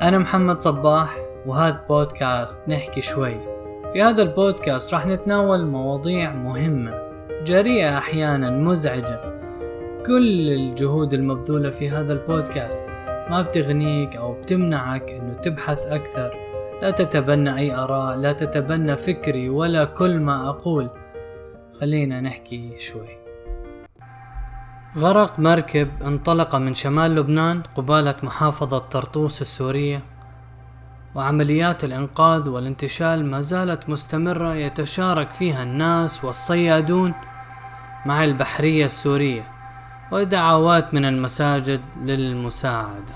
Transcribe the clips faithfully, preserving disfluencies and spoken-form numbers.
أنا محمد صباح وهذا بودكاست نحكي شوي. في هذا البودكاست راح نتناول مواضيع مهمة جريئة أحيانا مزعجة. كل الجهود المبذولة في هذا البودكاست ما بتغنيك أو بتمنعك أنه تبحث أكثر. لا تتبنى أي آراء، لا تتبنى فكري ولا كل ما أقول. خلينا نحكي شوي. غرق مركب انطلق من شمال لبنان قبالة محافظة طرطوس السورية، وعمليات الإنقاذ والانتشال ما زالت مستمرة يتشارك فيها الناس والصيادون مع البحرية السورية، ودعوات من المساجد للمساعدة.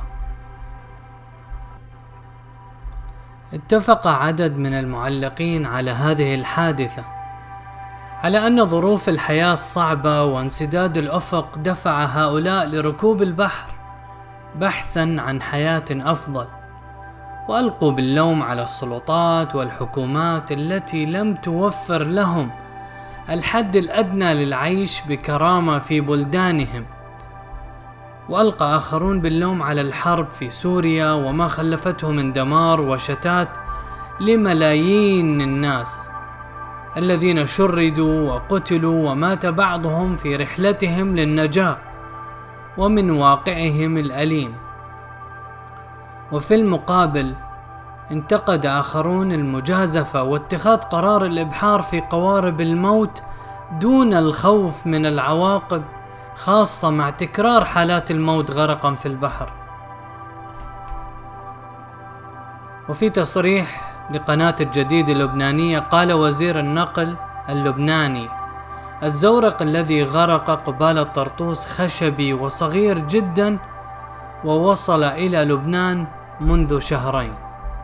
اتفق عدد من المعلقين على هذه الحادثة على أن ظروف الحياة الصعبة وانسداد الأفق دفع هؤلاء لركوب البحر بحثا عن حياة أفضل، وألقوا باللوم على السلطات والحكومات التي لم توفر لهم الحد الأدنى للعيش بكرامة في بلدانهم. وألقى آخرون باللوم على الحرب في سوريا وما خلفته من دمار وشتات لملايين الناس الذين شردوا وقتلوا ومات بعضهم في رحلتهم للنجاة ومن واقعهم الأليم. وفي المقابل انتقد آخرون المجازفة واتخاذ قرار الإبحار في قوارب الموت دون الخوف من العواقب، خاصة مع تكرار حالات الموت غرقا في البحر. وفي تصريح لقناة الجديد اللبنانية قال وزير النقل اللبناني: الزورق الذي غرق قبالة طرطوس خشبي وصغير جدا، ووصل إلى لبنان منذ شهرين.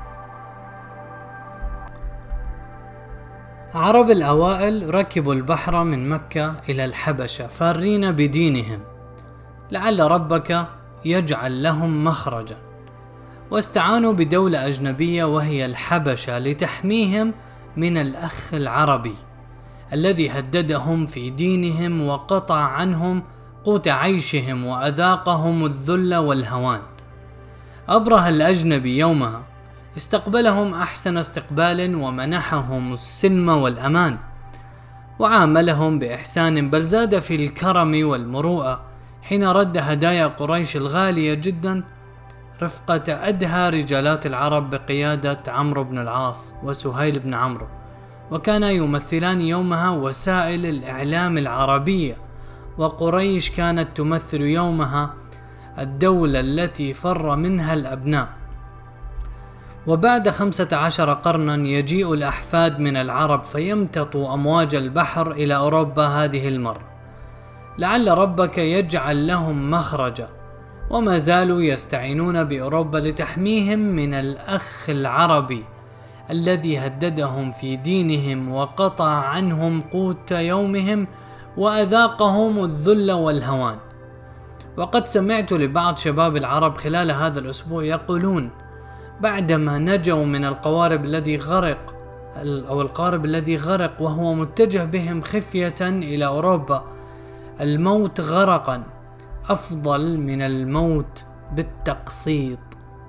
عرب الأوائل ركبوا البحر من مكة إلى الحبشة فارين بدينهم، لعل ربك يجعل لهم مخرجا، واستعانوا بدولة أجنبية وهي الحبشة لتحميهم من الأخ العربي الذي هددهم في دينهم وقطع عنهم قوت عيشهم وأذاقهم الذل والهوان. أبره الأجنبي يومها استقبلهم أحسن استقبال ومنحهم السلم والأمان، وعاملهم بإحسان، بل زاد في الكرم والمروءة حين رد هدايا قريش الغالية جدا رفقة أدهى رجالات العرب بقيادة عمرو بن العاص وسهيل بن عمرو، وكانا يمثلان يومها وسائل الإعلام العربية. وقريش كانت تمثل يومها الدولة التي فر منها الأبناء. وبعد خمسة عشر قرنا يجيء الأحفاد من العرب فيمتطوا أمواج البحر إلى أوروبا هذه المرة، لعل ربك يجعل لهم مخرجا. وما زالوا يستعينون بأوروبا لتحميهم من الأخ العربي الذي هددهم في دينهم وقطع عنهم قوت يومهم وأذاقهم الذل والهوان. وقد سمعت لبعض شباب العرب خلال هذا الأسبوع يقولون بعدما نجوا من القوارب الذي غرق أو القارب الذي غرق وهو متجه بهم خفية إلى أوروبا: الموت غرقا أفضل من الموت بالتقسيط.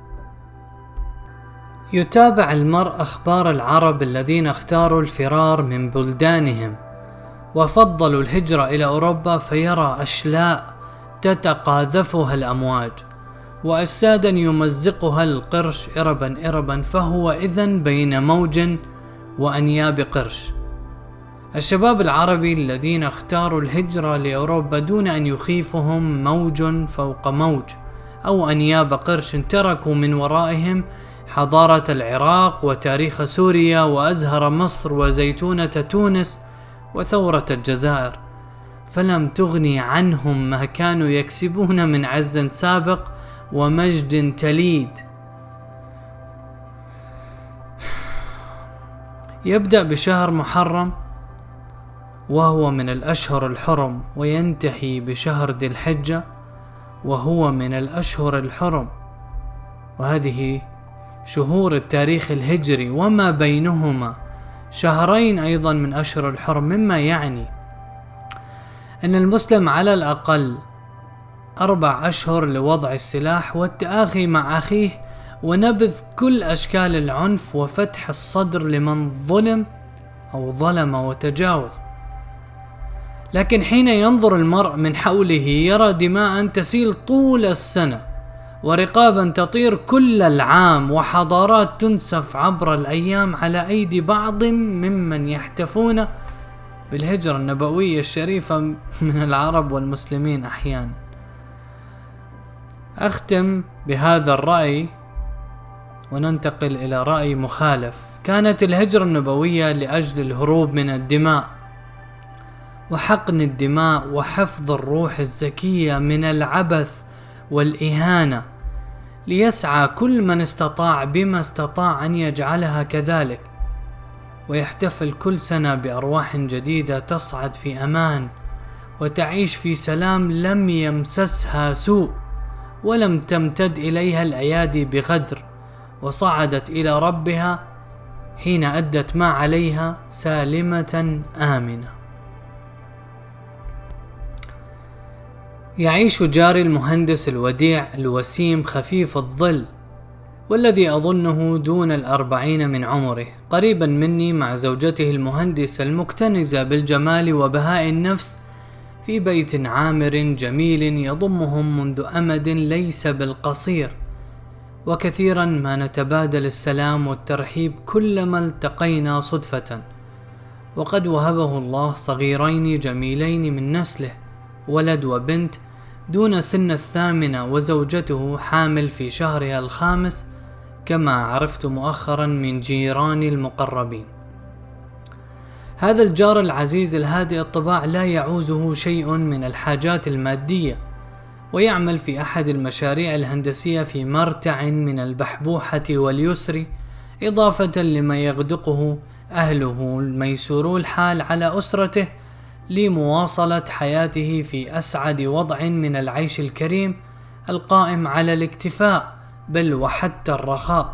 يتابع المرء أخبار العرب الذين اختاروا الفرار من بلدانهم وفضلوا الهجرة إلى أوروبا، فيرى أشلاء تتقاذفها الأمواج وأجسادا يمزقها القرش إربا إربا، فهو إذن بين موج وأنياب قرش. الشباب العربي الذين اختاروا الهجرة لأوروبا دون أن يخيفهم موج فوق موج أو أنياب قرش تركوا من ورائهم حضارة العراق وتاريخ سوريا وأزهر مصر وزيتونة تونس وثورة الجزائر، فلم تغني عنهم ما كانوا يكسبون من عز سابق ومجد تليد. يبدأ بشهر محرم وهو من الأشهر الحرم، وينتهي بشهر ذي الحجة وهو من الأشهر الحرم، وهذه شهور التاريخ الهجري، وما بينهما شهرين أيضا من أشهر الحرم، مما يعني أن المسلم على الأقل أربع أشهر لوضع السلاح والتآخي مع أخيه ونبذ كل أشكال العنف وفتح الصدر لمن ظلم أو ظلم وتجاوز. لكن حين ينظر المرء من حوله يرى دماء تسيل طول السنة، ورقابا تطير كل العام، وحضارات تنسف عبر الأيام على أيدي بعض ممن يحتفون بالهجرة النبوية الشريفة من العرب والمسلمين أحيانا. أختم بهذا الرأي وننتقل إلى رأي مخالف. كانت الهجرة النبوية لأجل الهروب من الدماء وحقن الدماء وحفظ الروح الزكية من العبث والإهانة، ليسعى كل من استطاع بما استطاع أن يجعلها كذلك، ويحتفل كل سنة بأرواح جديدة تصعد في أمان وتعيش في سلام لم يمسسها سوء، ولم تمتد إليها الأيادي بغدر، وصعدت إلى ربها حين أدت ما عليها سالمة آمنة. يعيش جاري المهندس الوديع الوسيم خفيف الظل، والذي أظنه دون الأربعين من عمره، قريبا مني مع زوجته المهندسة المكتنزة بالجمال وبهاء النفس، في بيت عامر جميل يضمهم منذ أمد ليس بالقصير، وكثيرا ما نتبادل السلام والترحيب كلما التقينا صدفة. وقد وهبه الله صغيرين جميلين من نسله، ولد وبنت دون سن الثامنة، وزوجته حامل في شهرها الخامس كما عرفت مؤخرا من جيراني المقربين. هذا الجار العزيز الهادئ الطباع لا يعوزه شيء من الحاجات المادية، ويعمل في أحد المشاريع الهندسية في مرتع من البحبوحة واليسر، إضافة لما يغدقه أهله الميسور الحال على أسرته لمواصلة حياته في أسعد وضع من العيش الكريم القائم على الاكتفاء بل وحتى الرخاء.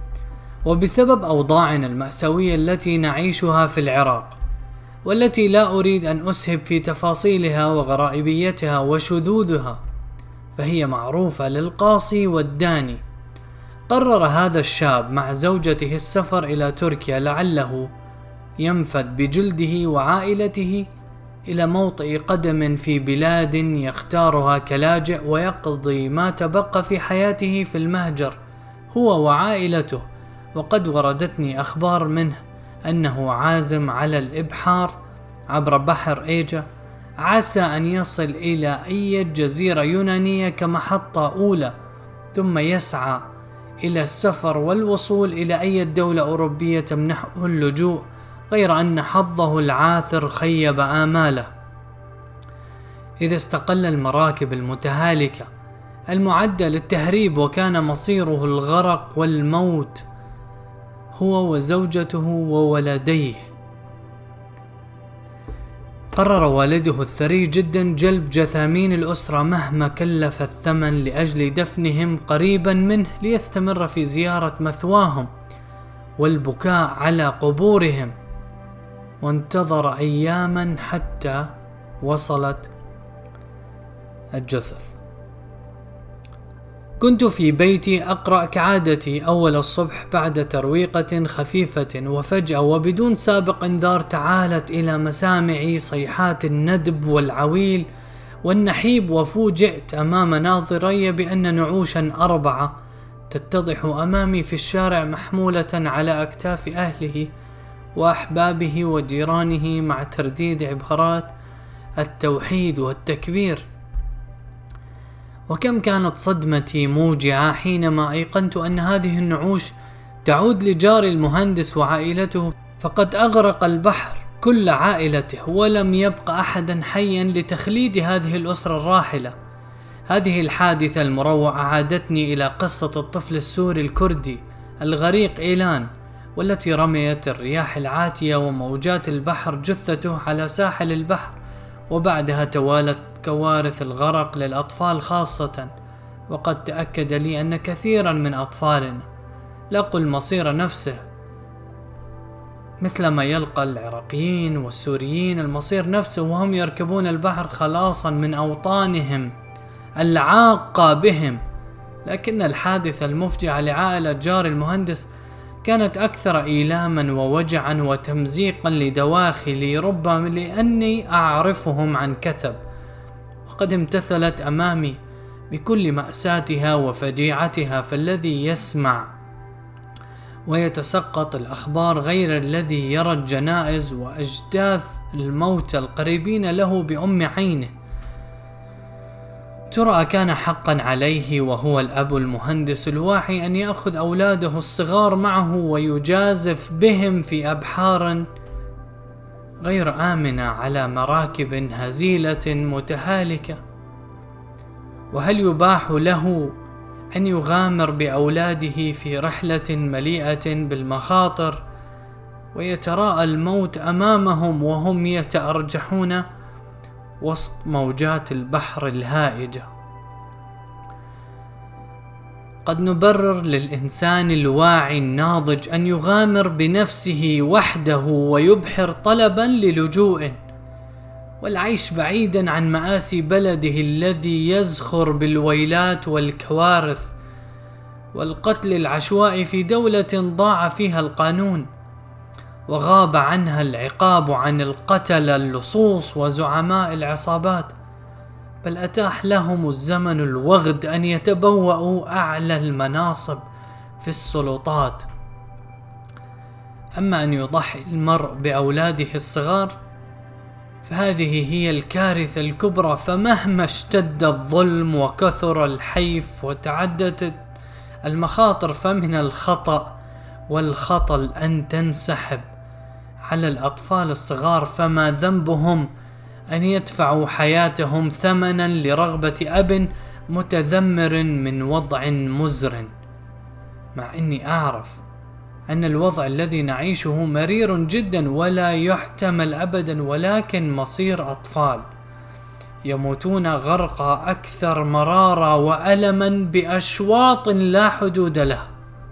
وبسبب أوضاعنا المأساوية التي نعيشها في العراق، والتي لا أريد أن أسهب في تفاصيلها وغرائبيتها وشذوذها، فهي معروفة للقاصي والداني، قرر هذا الشاب مع زوجته السفر إلى تركيا لعله ينفذ بجلده وعائلته إلى موطئ قدم في بلاد يختارها كلاجئ، ويقضي ما تبقى في حياته في المهجر هو وعائلته. وقد وردتني أخبار منه أنه عازم على الإبحار عبر بحر إيجا، عسى أن يصل إلى أي جزيرة يونانية كمحطة أولى، ثم يسعى إلى السفر والوصول إلى أي دولة أوروبية تمنحه اللجوء، غير أن حظه العاثر خيب آماله، إذا استقل المراكب المتهالكة المعدة للتهريب، وكان مصيره الغرق والموت هو وزوجته وولديه. قرر والده الثري جدا جلب جثامين الأسرة مهما كلف الثمن لأجل دفنهم قريبا منه، ليستمر في زيارة مثواهم والبكاء على قبورهم. وانتظر أياما حتى وصلت الجثث. كنت في بيتي أقرأ كعادتي أول الصبح بعد ترويقة خفيفة، وفجأة وبدون سابق انذار تعالت إلى مسامعي صيحات الندب والعويل والنحيب، وفوجئت أمام ناظري بأن نعوشا أربعة تتضح أمامي في الشارع محمولة على أكتاف أهله وأحبابه وجيرانه، مع ترديد عبارات التوحيد والتكبير. وكم كانت صدمتي موجعة حينما أيقنت أن هذه النعوش تعود لجاري المهندس وعائلته، فقد أغرق البحر كل عائلته، ولم يبق أحدا حيا لتخليد هذه الأسرة الراحلة. هذه الحادثة المروعة عادتني إلى قصة الطفل السوري الكردي الغريق إيلان، والتي رميت الرياح العاتية وموجات البحر جثته على ساحل البحر، وبعدها توالت كوارث الغرق للأطفال خاصة. وقد تأكد لي أن كثيرا من أطفالنا لقوا المصير نفسه، مثلما يلقى العراقيين والسوريين المصير نفسه وهم يركبون البحر خلاصا من أوطانهم العاقة بهم، لكن الحادثة المفجعة لعائلة جار المهندس كانت أكثر إيلاما ووجعا وتمزيقا لدواخلي، ربما لأني أعرفهم عن كثب، وقد امتثلت أمامي بكل مأساتها وفجيعتها. فالذي يسمع ويتسقط الأخبار غير الذي يرى الجنائز وأجداث الموتى القريبين له بأم عينه. ترى كان حقا عليه وهو الأب المهندس الواعي أن يأخذ أولاده الصغار معه ويجازف بهم في أبحار غير آمنة على مراكب هزيلة متهالكة. وهل يباح له أن يغامر بأولاده في رحلة مليئة بالمخاطر ويتراءى الموت أمامهم وهم يتأرجحون وسط موجات البحر الهائجة؟ قد نبرر للإنسان الواعي الناضج أن يغامر بنفسه وحده ويبحر طلبا للجوء والعيش بعيدا عن مآسي بلده الذي يزخر بالويلات والكوارث والقتل العشوائي في دولة ضاع فيها القانون وغاب عنها العقاب عن القتلة اللصوص وزعماء العصابات، بل أتاح لهم الزمن الوغد أن يتبوأوا أعلى المناصب في السلطات. أما أن يضحي المرء بأولاده الصغار فهذه هي الكارثة الكبرى. فمهما اشتد الظلم وكثر الحيف وتعددت المخاطر فمن الخطأ والخطل أن تنسحب على الأطفال الصغار، فما ذنبهم أن يدفعوا حياتهم ثمنا لرغبة أب متذمر من وضع مزر، مع أني أعرف أن الوضع الذي نعيشه مرير جدا ولا يحتمل أبدا، ولكن مصير أطفال يموتون غرقا أكثر مرارة وألما بأشواط لا حدود لها.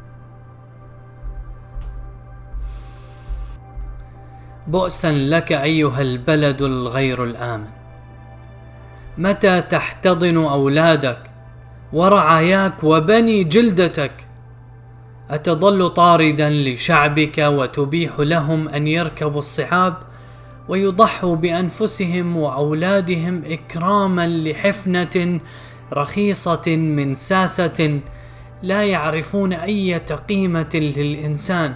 بؤسا لك أيها البلد الغير الآمن، متى تحتضن أولادك ورعاياك وبني جلدتك؟ أتظل طاردا لشعبك وتبيح لهم أن يركبوا الصعاب ويضحوا بأنفسهم وأولادهم إكراما لحفنة رخيصة من ساسة لا يعرفون أي قيمة للإنسان،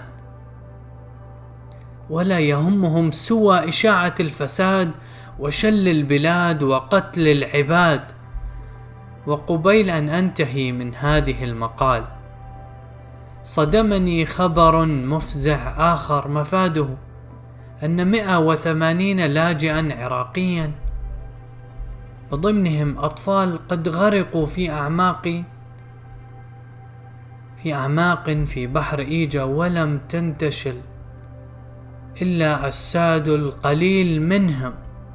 ولا يهمهم سوى إشاعة الفساد وشل البلاد وقتل العباد؟ وقبيل أن أنتهي من هذه المقال صدمني خبر مفزع آخر مفاده أن مئة وثمانين لاجئا عراقيا وضمنهم أطفال قد غرقوا في أعماق في أعماق في بحر إيجا ولم تنتشل إلا الساد القليل منهم.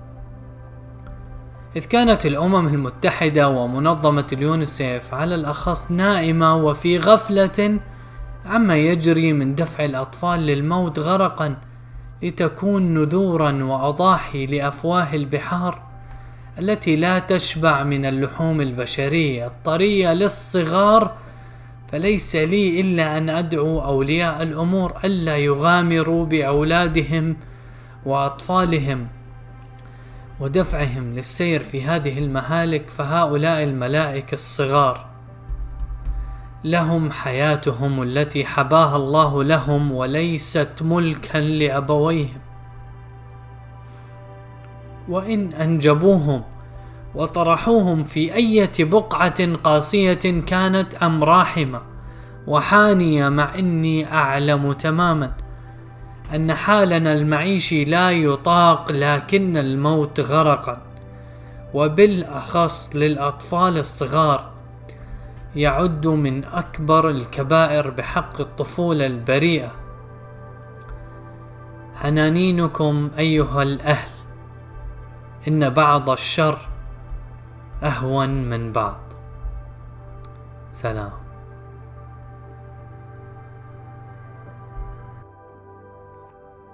إذ كانت الأمم المتحدة ومنظمة اليونيسيف على الأخص نائمة وفي غفلة عما يجري من دفع الأطفال للموت غرقا لتكون نذورا وأضاحي لأفواه البحار التي لا تشبع من اللحوم البشرية الطرية للصغار، فليس لي إلا أن أدعو أولياء الأمور ألا يغامروا بأولادهم وأطفالهم ودفعهم للسير في هذه المهالك، فهؤلاء الملائكة الصغار لهم حياتهم التي حباها الله لهم وليست ملكا لأبويهم، وإن أنجبوهم وطرحوهم في أي بقعة قاسية كانت أم راحمة وحانية، مع أني أعلم تماما أن حالنا المعيشي لا يطاق، لكن الموت غرقا وبالأخص للأطفال الصغار يعد من أكبر الكبائر بحق الطفولة البريئة. حنانينكم أيها الأهل، إن بعض الشر أهون من بعض. سلام.